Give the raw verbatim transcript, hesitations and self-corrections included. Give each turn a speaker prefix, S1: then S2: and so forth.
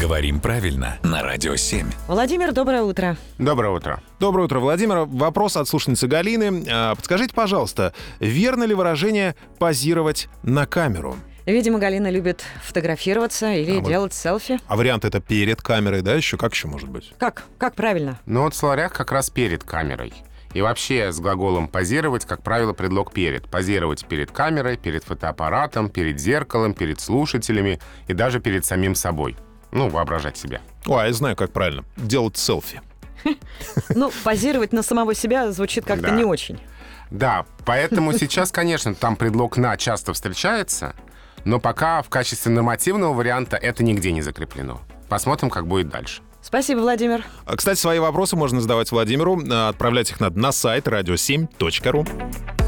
S1: Говорим правильно на Радио семь.
S2: Владимир, доброе утро.
S3: Доброе утро.
S4: Доброе утро, Владимир. Вопрос от слушательницы Галины. А, Подскажите, пожалуйста, верно ли выражение «позировать на камеру»?
S2: Видимо, Галина любит фотографироваться или
S4: А вот-
S2: делать селфи.
S4: А вариант это перед камерой, да, еще? Как еще может быть?
S2: Как? Как правильно?
S3: Ну вот в словарях как раз перед камерой. И вообще с глаголом «позировать», как правило, предлог «перед». Позировать перед камерой, перед фотоаппаратом, перед зеркалом, перед слушателями и даже перед самим собой. Ну, воображать себя.
S4: О, а я знаю, как правильно. Делать селфи.
S2: Ну, позировать на самого себя звучит как-то
S3: Да.
S2: не очень.
S3: Да, поэтому сейчас, конечно, там предлог «на» часто встречается, но пока в качестве нормативного варианта это нигде не закреплено. Посмотрим, как будет дальше.
S2: Спасибо, Владимир.
S4: А, Кстати, свои вопросы можно задавать Владимиру. А, Отправлять их надо на сайт радио семь точка ру.